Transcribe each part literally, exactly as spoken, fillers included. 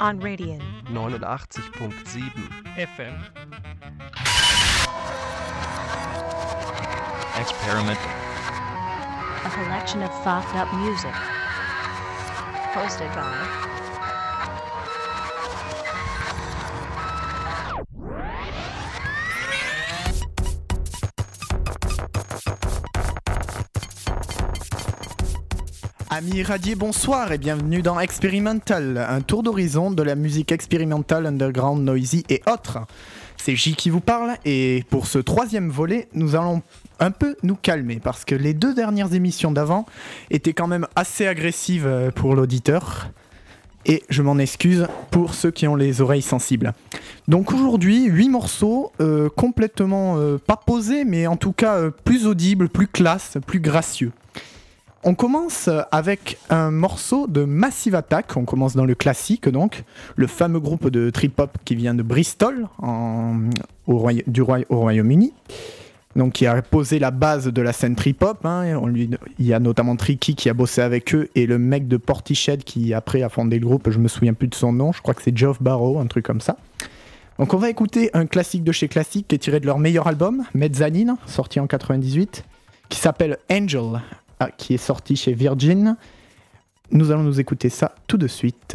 on Radian neunundachtzig Komma sieben F M. Experimental. a collection of fucked up music. Hosted by Amis radiés, bonsoir et bienvenue dans Experimental, un tour d'horizon de la musique expérimentale, underground, noisy et autres. C'est J qui vous parle et pour ce troisième volet, nous allons un peu nous calmer parce que les deux dernières émissions d'avant étaient quand même assez agressives pour l'auditeur et je m'en excuse pour ceux qui ont les oreilles sensibles. Donc aujourd'hui, huit morceaux euh, complètement euh, pas posés mais en tout cas euh, plus audibles, plus classe, plus gracieux. On commence avec un morceau de Massive Attack, on commence dans le classique donc, le fameux groupe de trip-hop qui vient de Bristol, en, au, Roya- du Roy- au Royaume-Uni, donc qui a posé la base de la scène trip-hop, hein, on lui, il y a notamment Tricky qui a bossé avec eux, et le mec de Portishead qui après a fondé le groupe, je me souviens plus de son nom, je crois que c'est Geoff Barrow, un truc comme ça. Donc on va écouter un classique de chez Classique qui est tiré de leur meilleur album, Mezzanine, sorti en quatre-vingt-dix-huit, qui s'appelle Angel, qui est sorti chez Virgin. Nous allons nous écouter ça tout de suite.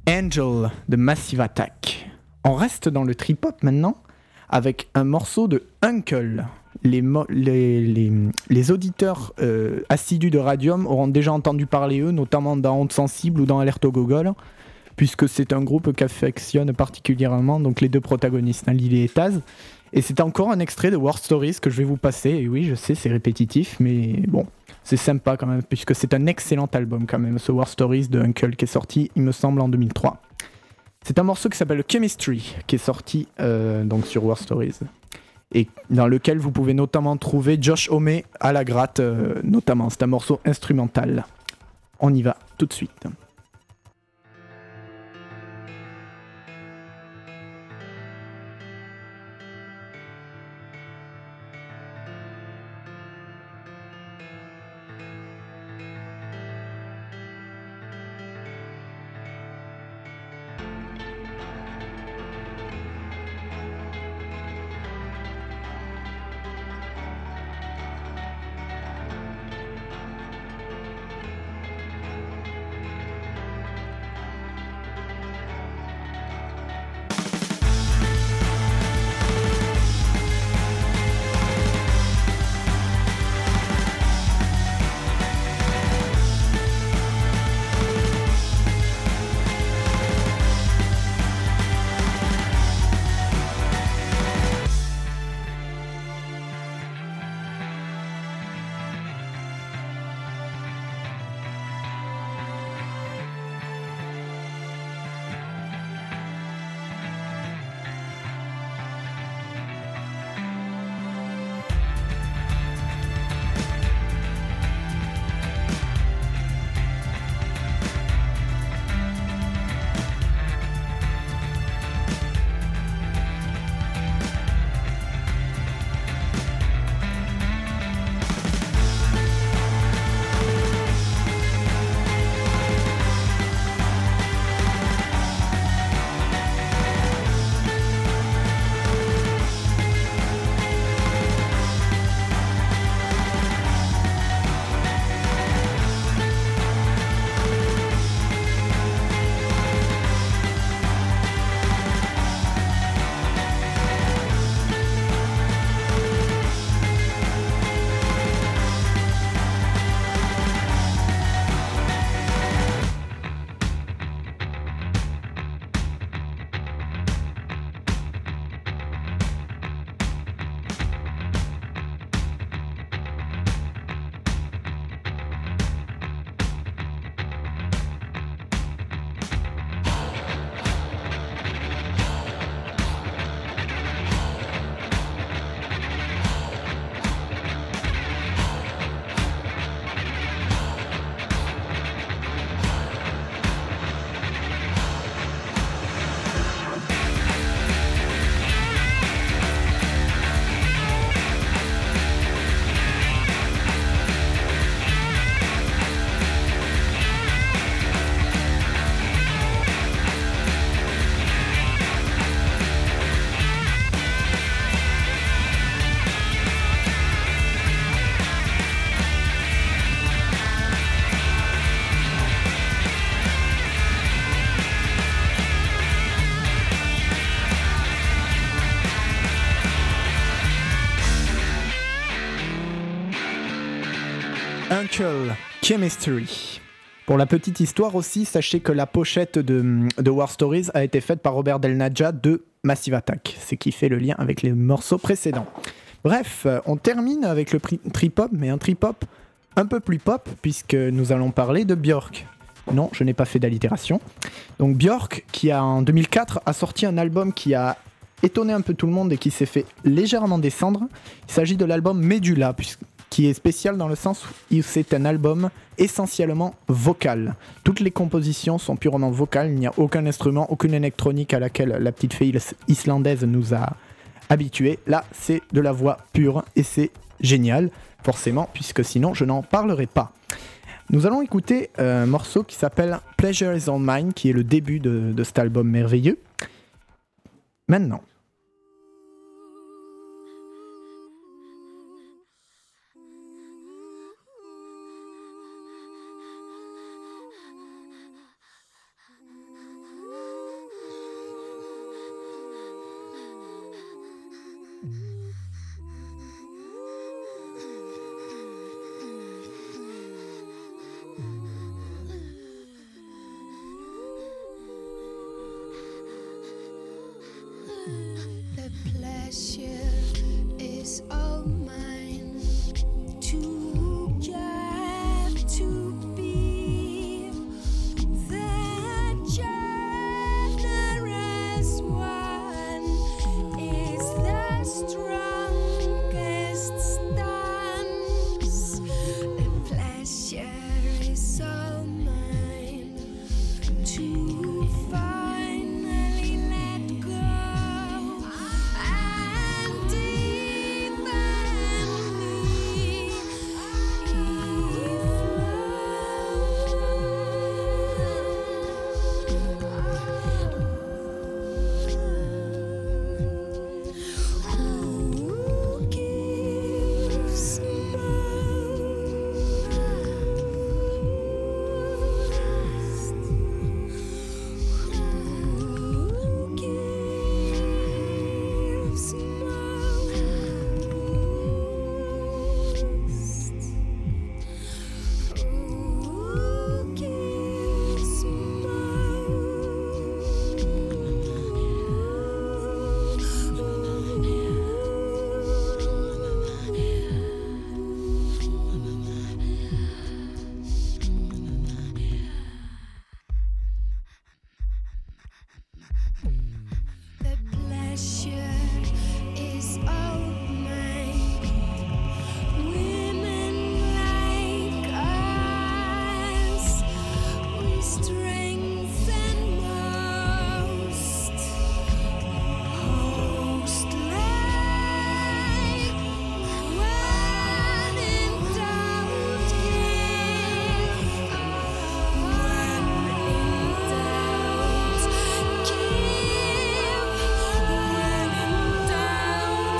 Angel de Massive Attack. On reste dans le trip-hop maintenant avec un morceau de Uncle. Les, mo- les, les, les auditeurs euh, assidus de Radium auront déjà entendu parler eux, notamment dans Onde Sensible ou dans Alerte au Gogol, puisque c'est un groupe qu'affectionne particulièrement donc les deux protagonistes, hein, Lily et Taz. Et c'est encore un extrait de War Stories que je vais vous passer. Et oui, je sais, c'est répétitif, mais bon, c'est sympa quand même, puisque c'est un excellent album quand même, ce War Stories de Uncle qui est sorti, il me semble, en deux mille trois. C'est un morceau qui s'appelle Chemistry, qui est sorti euh, donc sur War Stories, et dans lequel vous pouvez notamment trouver Josh Homme à la gratte, euh, notamment. C'est un morceau instrumental. On y va tout de suite. Uncle, Chemistry. Pour la petite histoire aussi, sachez que la pochette de, de War Stories a été faite par Robert Del Nadja de Massive Attack, ce qui fait le lien avec les morceaux précédents. Bref, on termine avec le trip-hop, mais un trip-hop un peu plus pop, puisque nous allons parler de Björk. Non, je n'ai pas fait d'allitération. Donc Björk, qui a, en deux mille quatre a sorti un album qui a étonné un peu tout le monde et qui s'est fait légèrement descendre. Il s'agit de l'album Medulla, puisque qui est spécial dans le sens où c'est un album essentiellement vocal. Toutes les compositions sont purement vocales, il n'y a aucun instrument, aucune électronique à laquelle la petite fille islandaise nous a habitués. Là, c'est de la voix pure et c'est génial, forcément, puisque sinon je n'en parlerai pas. Nous allons écouter un morceau qui s'appelle Pleasure is All Mine, qui est le début de, de cet album merveilleux. Maintenant. The pleasure is all mine to get to be the generous one is the strongest stance. The pleasure is all mine to finally let go. And even who gives most? Who gives most? Who gives The pleasure is all mine. Women like us, we strengthen most. Host like when in doubt, give. When in doubt, give. When in doubt,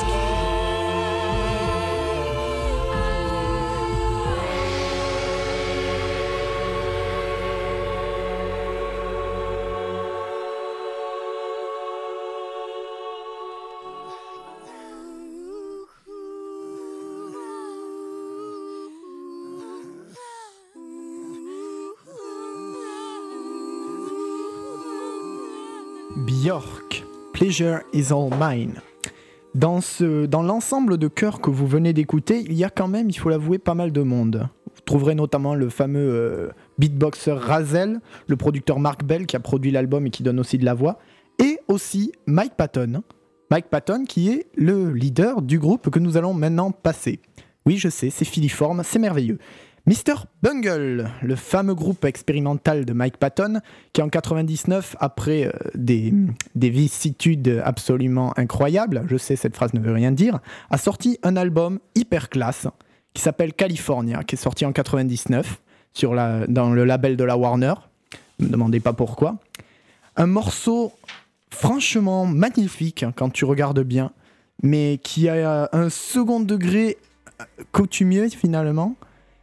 Björk, Pleasure is All Mine. Dans, ce, dans l'ensemble de chœurs que vous venez d'écouter, il y a quand même, il faut l'avouer, pas mal de monde. Vous trouverez notamment le fameux euh, beatboxer Razel, le producteur Mark Bell qui a produit l'album et qui donne aussi de la voix, et aussi Mike Patton. Mike Patton qui est le leader du groupe que nous allons maintenant passer. Oui, je sais, c'est filiforme, c'est merveilleux. mister Bungle, le fameux groupe expérimental de Mike Patton, qui en quatre-vingt-dix-neuf, après euh, des, des vicissitudes absolument incroyables, je sais cette phrase ne veut rien dire, a sorti un album hyper classe qui s'appelle California, qui est sorti en quatre-vingt-dix-neuf sur la, dans le label de la Warner. Ne me demandez pas pourquoi. Un morceau franchement magnifique hein, quand tu regardes bien, mais qui a un second degré coutumier finalement.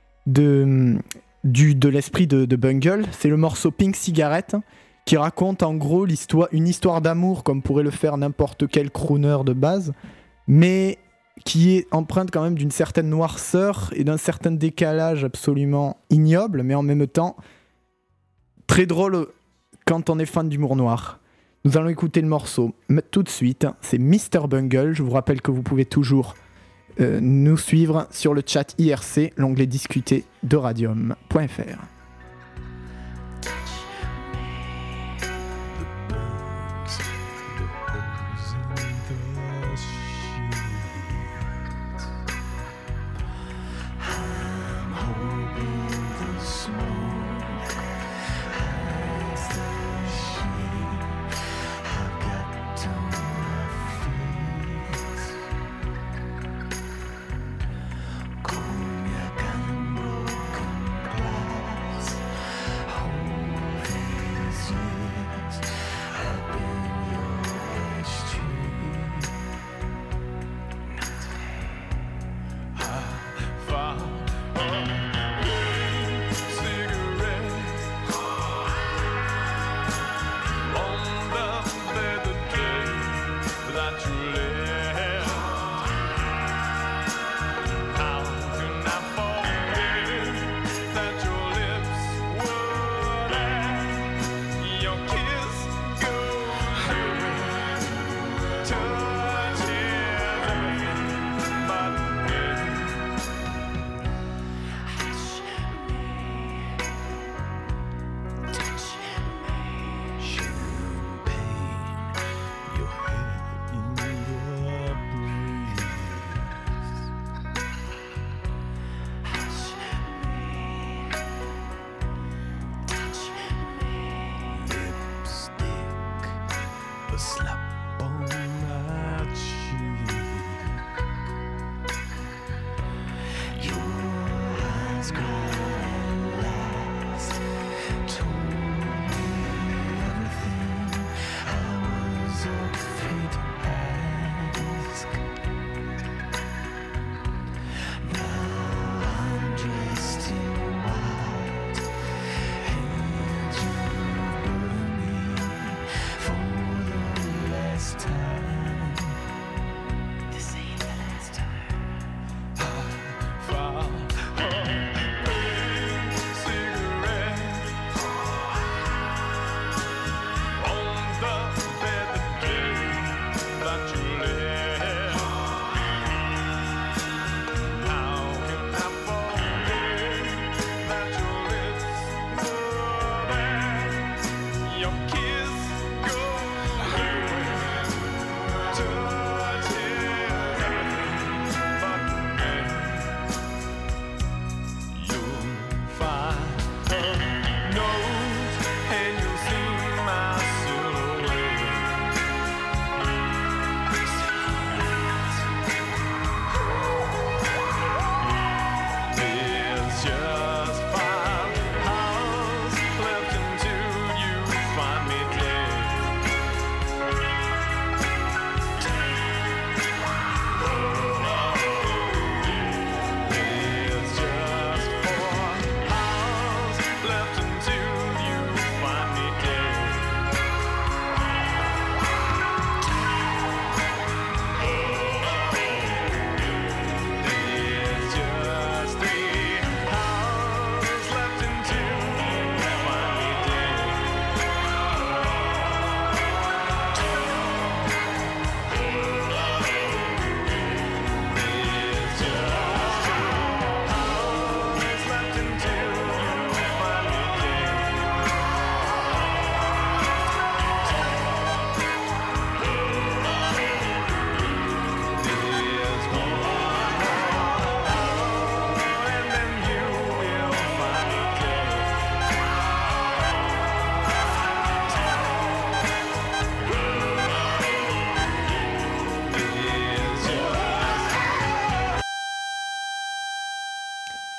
De, du, de l'esprit de, de Bungle, c'est le morceau Pink Cigarette qui raconte en gros l'histoire, une histoire d'amour comme pourrait le faire n'importe quel crooner de base, mais qui est empreinte quand même d'une certaine noirceur et d'un certain décalage absolument ignoble, mais en même temps très drôle quand on est fan d'humour noir. Nous allons écouter le morceau tout de suite, c'est mister Bungle. Je vous rappelle que vous pouvez toujours Euh, nous suivre sur le chat I R C, l'onglet discuter de radium point f r. Cognac and broken glass.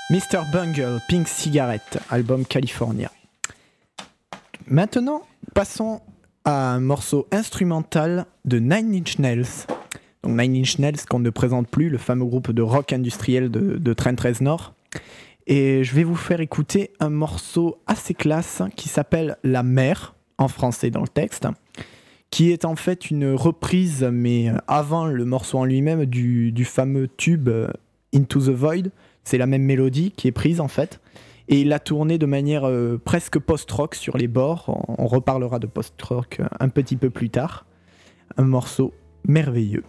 mister Bungle, Pink Cigarette, album California. Maintenant, passons à un morceau instrumental de Nine Inch Nails. Donc Nine Inch Nails qu'on ne présente plus, le fameux groupe de rock industriel de, de Trent Reznor. Et je vais vous faire écouter un morceau assez classe qui s'appelle La Mer, en français dans le texte, qui est en fait une reprise, mais avant le morceau en lui-même, du, du fameux tube Into the Void. C'est la même mélodie qui est prise en fait. Et il l'a tourné de manière euh, presque post-rock sur les bords. On, on reparlera de post-rock un petit peu plus tard. Un morceau merveilleux.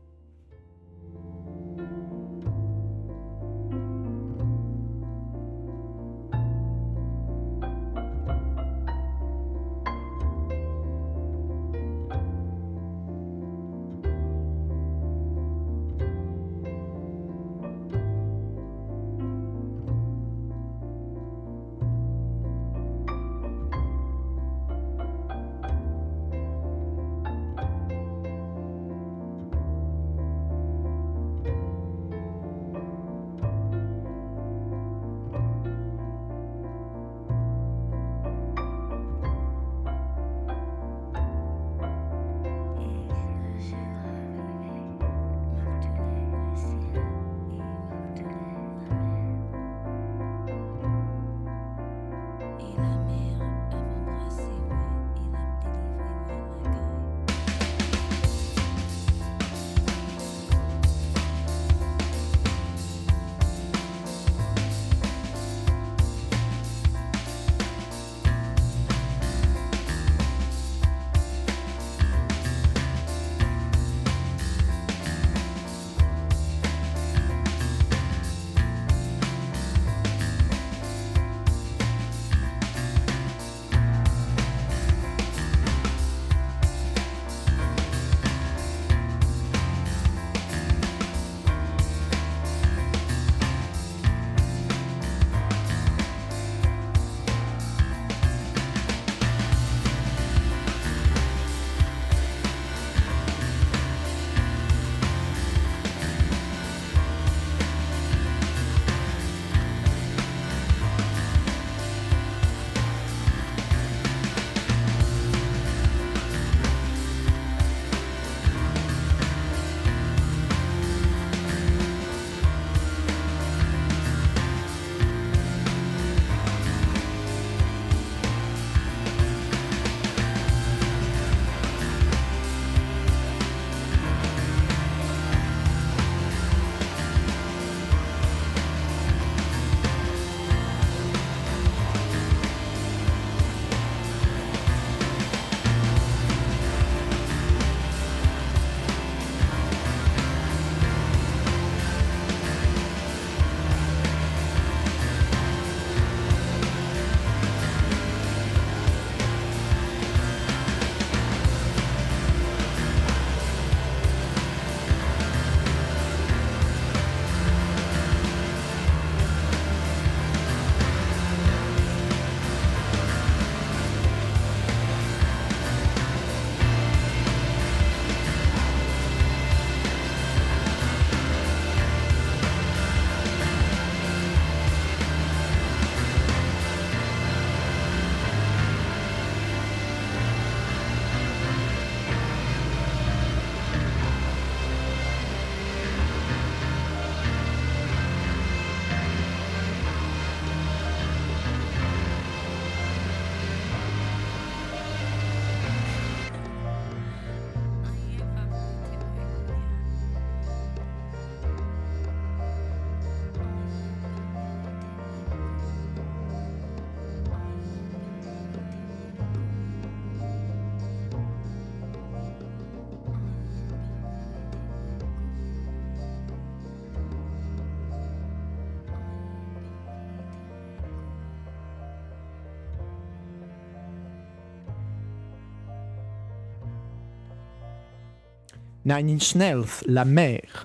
Nine Inch Nails, La Mer.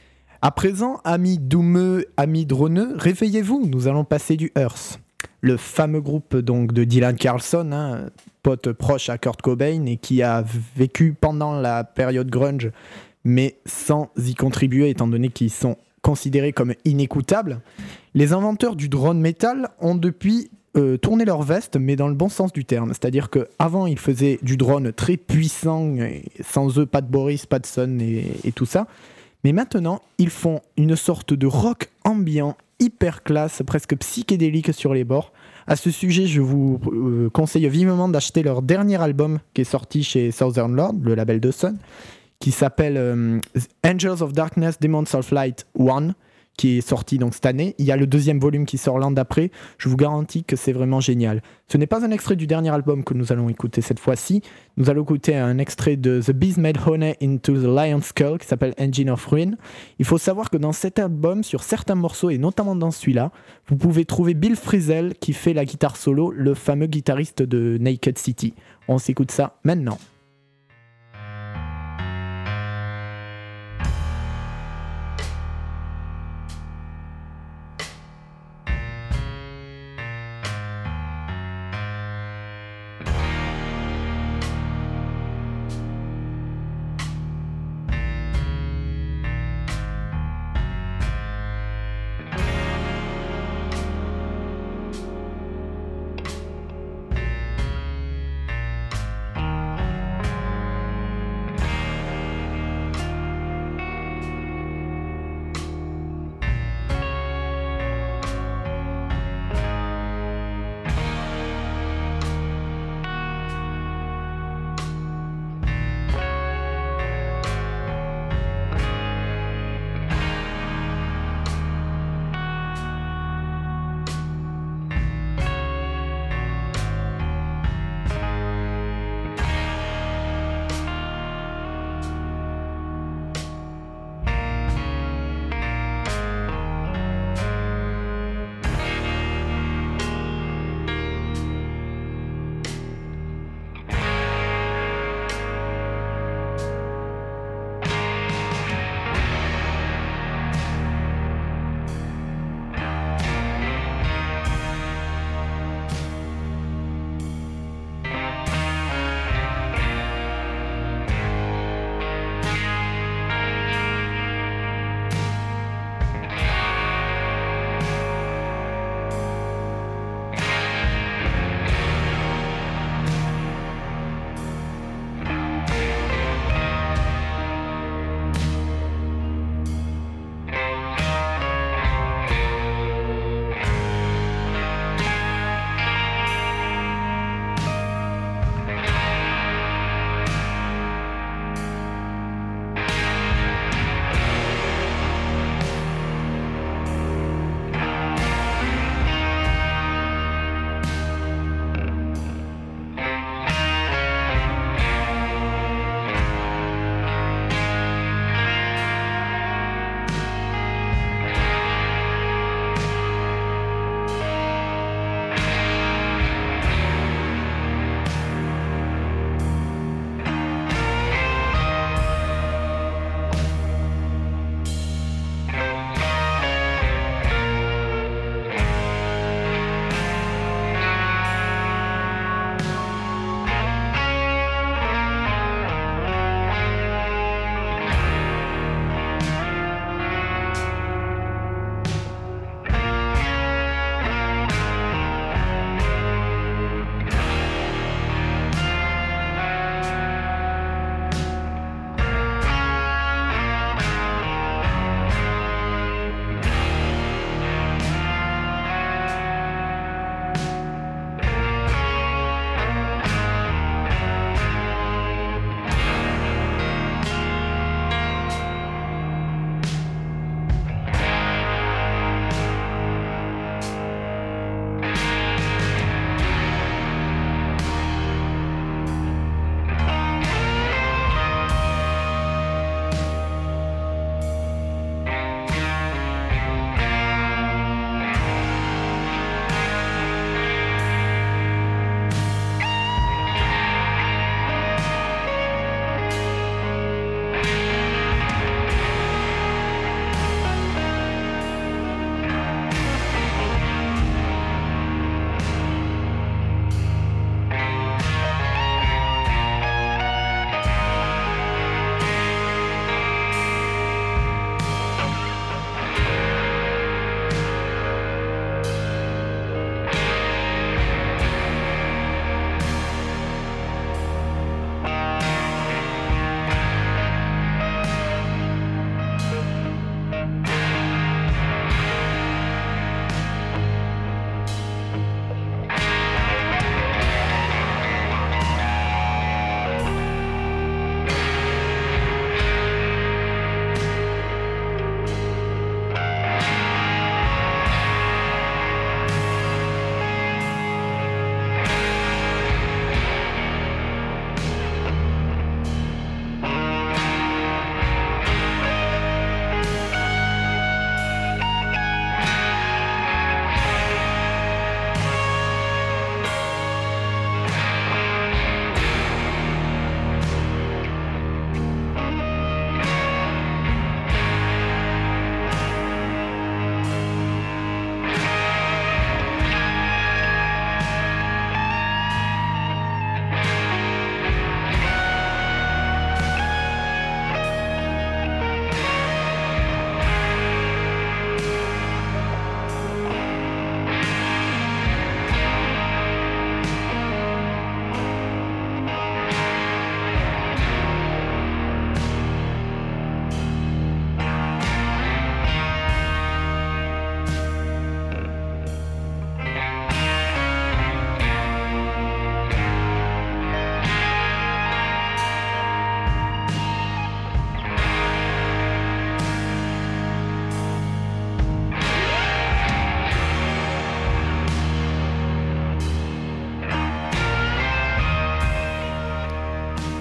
À présent, amis doumeux, amis droneux, réveillez-vous, nous allons passer du Earth. Le fameux groupe donc de Dylan Carlson, hein, pote proche à Kurt Cobain et qui a vécu pendant la période grunge, mais sans y contribuer étant donné qu'ils sont considéré comme inécoutable. Les inventeurs du drone metal ont depuis euh, tourné leur veste, mais dans le bon sens du terme. C'est-à-dire qu'avant, ils faisaient du drone très puissant, et sans eux, pas de Boris, pas de Sun et, et tout ça. Mais maintenant, ils font une sorte de rock ambiant, hyper classe, presque psychédélique sur les bords. À ce sujet, je vous euh, conseille vivement d'acheter leur dernier album qui est sorti chez Southern Lord, le label de Sun, qui s'appelle euh, Angels of Darkness, Demons of Light un, qui est sorti donc cette année. Il y a le deuxième volume qui sort l'an d'après. Je vous garantis que c'est vraiment génial. Ce n'est pas un extrait du dernier album que nous allons écouter cette fois-ci. Nous allons écouter un extrait de The Bees Made Honey into the Lion's Skull qui s'appelle Engine of Ruin. Il faut savoir que dans cet album, sur certains morceaux, et notamment dans celui-là, vous pouvez trouver Bill Frisell qui fait la guitare solo, le fameux guitariste de Naked City. On s'écoute ça maintenant. Thank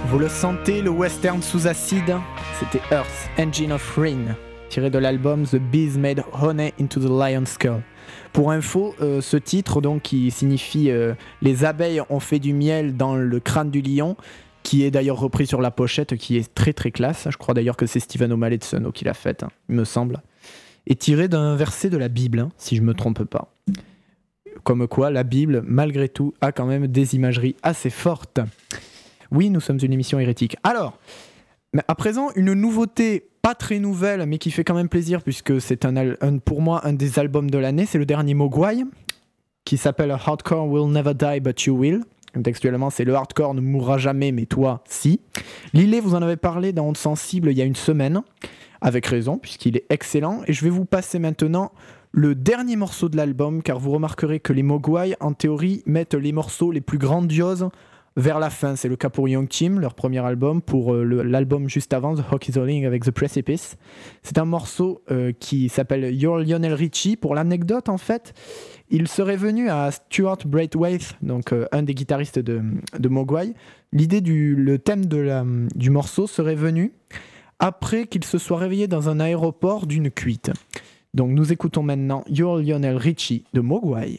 Vous le sentez, le western sous acide? C'était Earth, Engine of Rain, tiré de l'album The Bees Made Honey into the Lion's Skull. Pour info, euh, ce titre, donc, qui signifie euh, Les abeilles ont fait du miel dans le crâne du lion, qui est d'ailleurs repris sur la pochette, qui est très très classe. Je crois d'ailleurs que c'est Stephen O'Malley de Sono qui l'a faite, hein, il me semble. Est tiré d'un verset de la Bible, hein, si je me trompe pas. Comme quoi, la Bible, malgré tout, a quand même des imageries assez fortes. Oui, nous sommes une émission hérétique. Alors, mais à présent, une nouveauté pas très nouvelle, mais qui fait quand même plaisir, puisque c'est un, al- un- pour moi un des albums de l'année. C'est le dernier Mogwai, qui s'appelle Hardcore Will Never Die But You Will. Textuellement, c'est le hardcore ne mourra jamais, mais toi, si. Lillet, vous en avez parlé dans Onde Sensible il y a une semaine, avec raison, puisqu'il est excellent. Et je vais vous passer maintenant le dernier morceau de l'album, car vous remarquerez que les Mogwai, en théorie, mettent les morceaux les plus grandioses vers la fin. C'est le cas pour Young Team, leur premier album, pour euh, le, l'album juste avant, The Hawk is Rolling avec The Precipice. C'est un morceau euh, qui s'appelle You're Lionel Richie. Pour l'anecdote, en fait, il serait venu à Stuart Braithwaite, donc euh, un des guitaristes de, de Mogwai. L'idée du le thème de la, du morceau serait venu après qu'il se soit réveillé dans un aéroport d'une cuite. Donc nous écoutons maintenant You're Lionel Richie de Mogwai.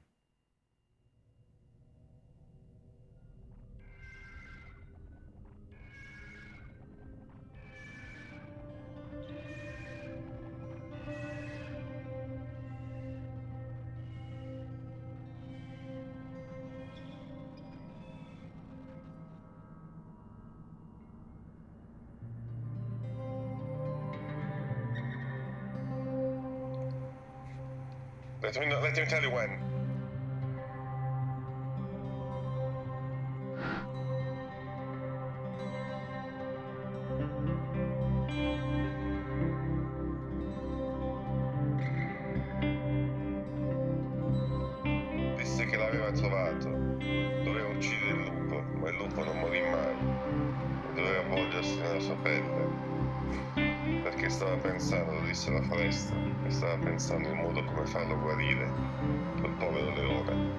Let me, know, let me tell you when. Disse che l'aveva trovato. Doveva uccidere il lupo, ma il lupo non morì mai. Doveva avvolgersi nella sua pelle. Perché stava pensando, lo disse la foresta, e stava pensando in modo come farlo guarire, quel povero leone.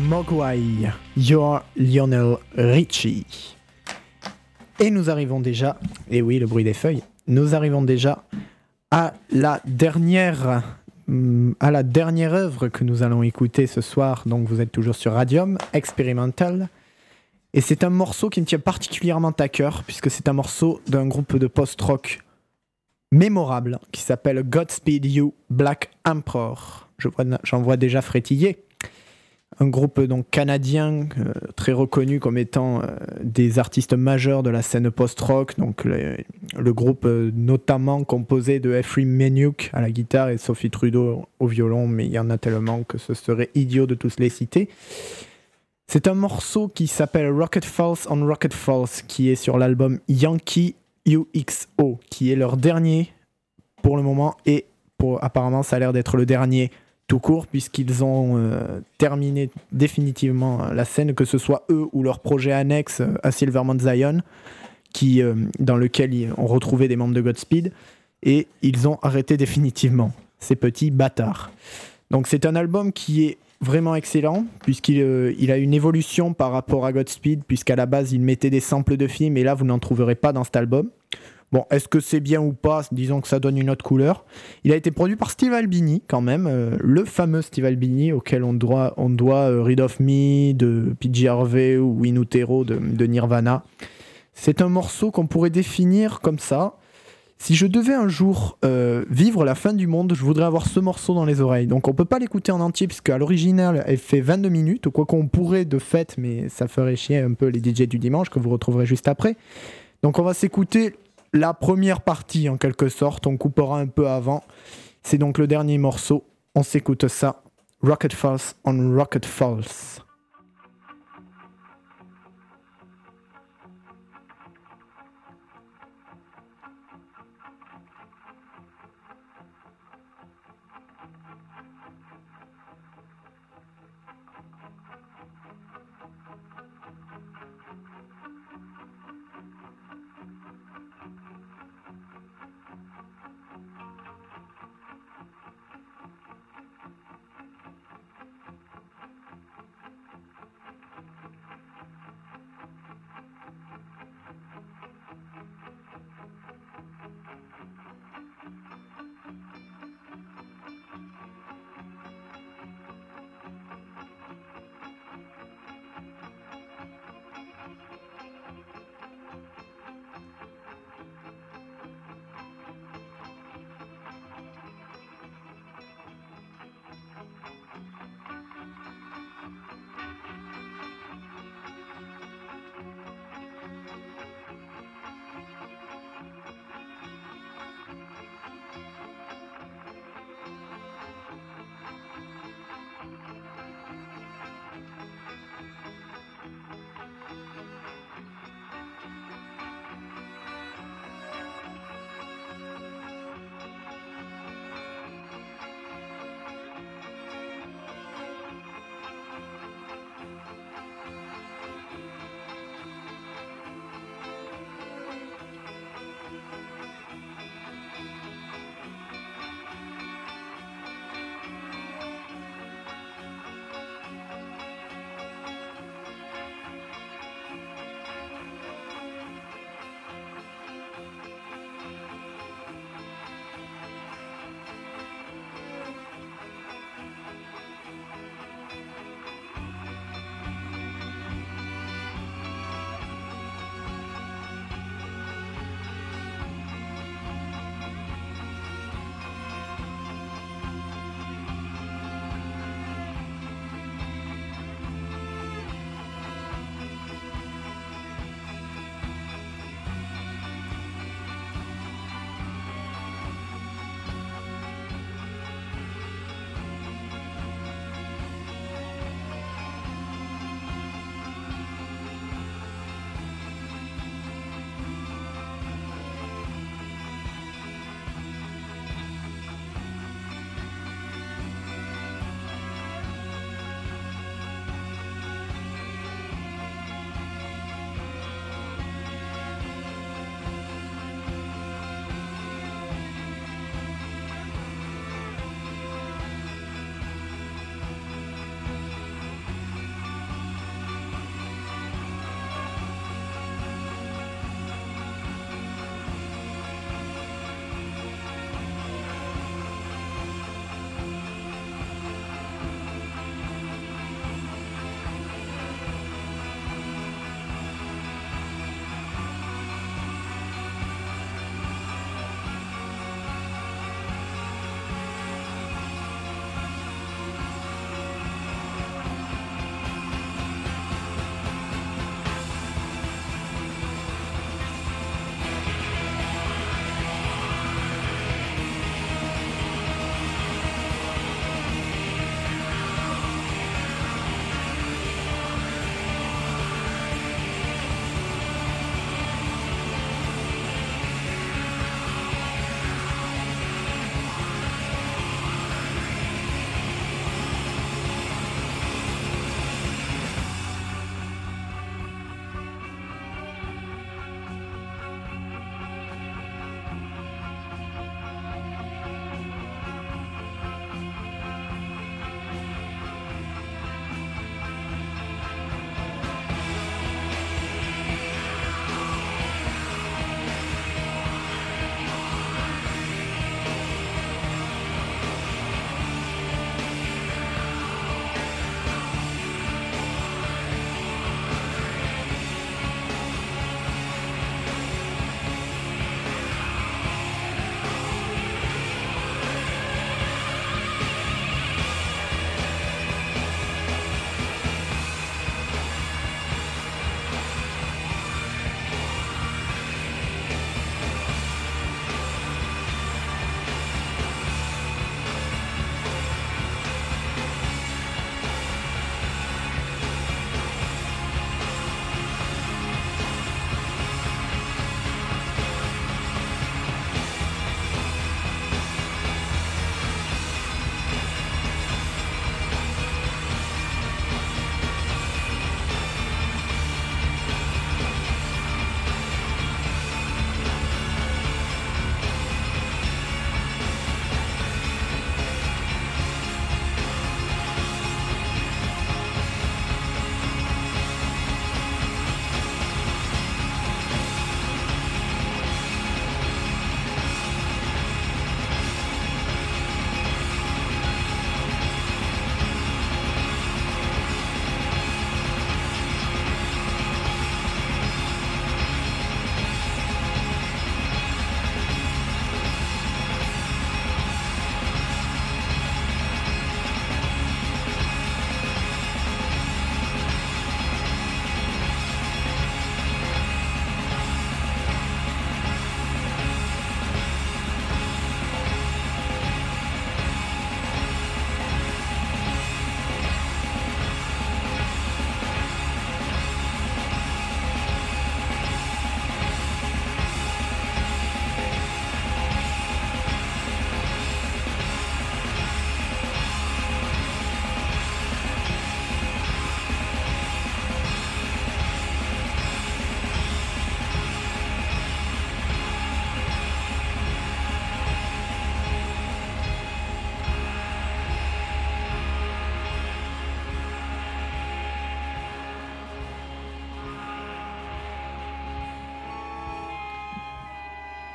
Mogwai, You're Lionel Richie. Et nous arrivons déjà, et oui, le bruit des feuilles, nous arrivons déjà à la dernière, hum, à la dernière œuvre que nous allons écouter ce soir. Donc vous êtes toujours sur Radium, Experimental. Et c'est un morceau qui me tient particulièrement à cœur, puisque c'est un morceau d'un groupe de post-rock mémorable qui s'appelle Godspeed You Black Emperor. Je vois, j'en vois déjà frétiller. Un groupe donc canadien euh, très reconnu comme étant euh, des artistes majeurs de la scène post-rock. Donc le, le groupe euh, notamment composé de Ephraim Menuk à la guitare et Sophie Trudeau au violon, mais il y en a tellement que ce serait idiot de tous les citer. C'est un morceau qui s'appelle Rocket Falls on Rocket Falls, qui est sur l'album Yankee U X O, qui est leur dernier pour le moment, et pour, apparemment ça a l'air d'être le dernier tout court, puisqu'ils ont euh, terminé définitivement la scène, que ce soit eux ou leur projet annexe euh, à Silvermount Zion, qui, euh, dans lequel ils ont retrouvé des membres de Godspeed, et ils ont arrêté définitivement, ces petits bâtards. Donc c'est un album qui est vraiment excellent, puisqu'il euh, il a une évolution par rapport à Godspeed, puisqu'à la base il mettait des samples de films, et là vous n'en trouverez pas dans cet album. Bon, est-ce que c'est bien ou pas? Disons que ça donne une autre couleur. Il a été produit par Steve Albini, quand même, euh, le fameux Steve Albini, auquel on doit, on doit euh, Read of Me, de P J Harvey ou In Utero de, de Nirvana. C'est un morceau qu'on pourrait définir comme ça. Si je devais un jour euh, vivre la fin du monde, je voudrais avoir ce morceau dans les oreilles. Donc on peut pas l'écouter en entier, puisque à l'original, elle fait vingt-deux minutes, quoi qu'on pourrait de fait, mais ça ferait chier un peu les D J du dimanche, que vous retrouverez juste après. Donc on va s'écouter la première partie, en quelque sorte. On coupera un peu avant. C'est donc le dernier morceau. On s'écoute ça. Rocket Falls on Rocket Falls.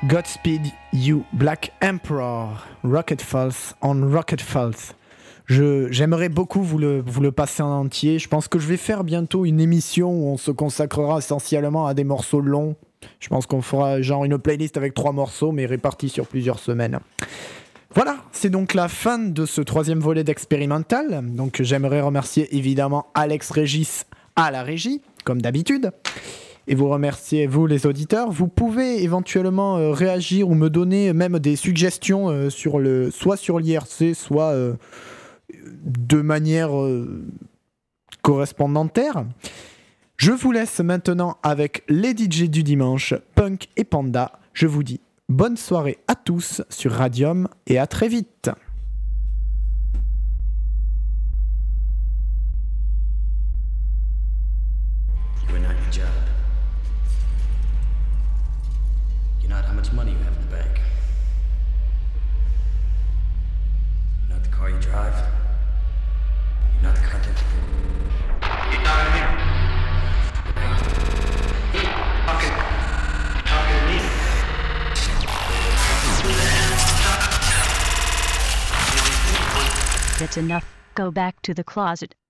Godspeed You Black Emperor, Rocket Falls on Rocket Falls. Je, j'aimerais beaucoup vous le, vous le passer en entier. Je pense que je vais faire bientôt une émission où on se consacrera essentiellement à des morceaux longs. Je pense qu'on fera genre une playlist avec trois morceaux, mais répartis sur plusieurs semaines. Voilà, c'est donc la fin de ce troisième volet d'Expérimental. Donc j'aimerais remercier évidemment Alex Régis à la régie, comme d'habitude. Et vous remercier, vous les auditeurs. Vous pouvez éventuellement euh, réagir ou me donner même des suggestions euh, sur le, soit sur l'I R C, soit euh, de manière euh, correspondamentaire. Je vous laisse maintenant avec les D J du dimanche, Punk et Panda. Je vous dis bonne soirée à tous sur Radium et à très vite. You are not your job. You're not how much money you have in the bank. You're not the car you drive. You're not the content. You're not in here. Fucking talking to me. That's enough. Go back to the closet.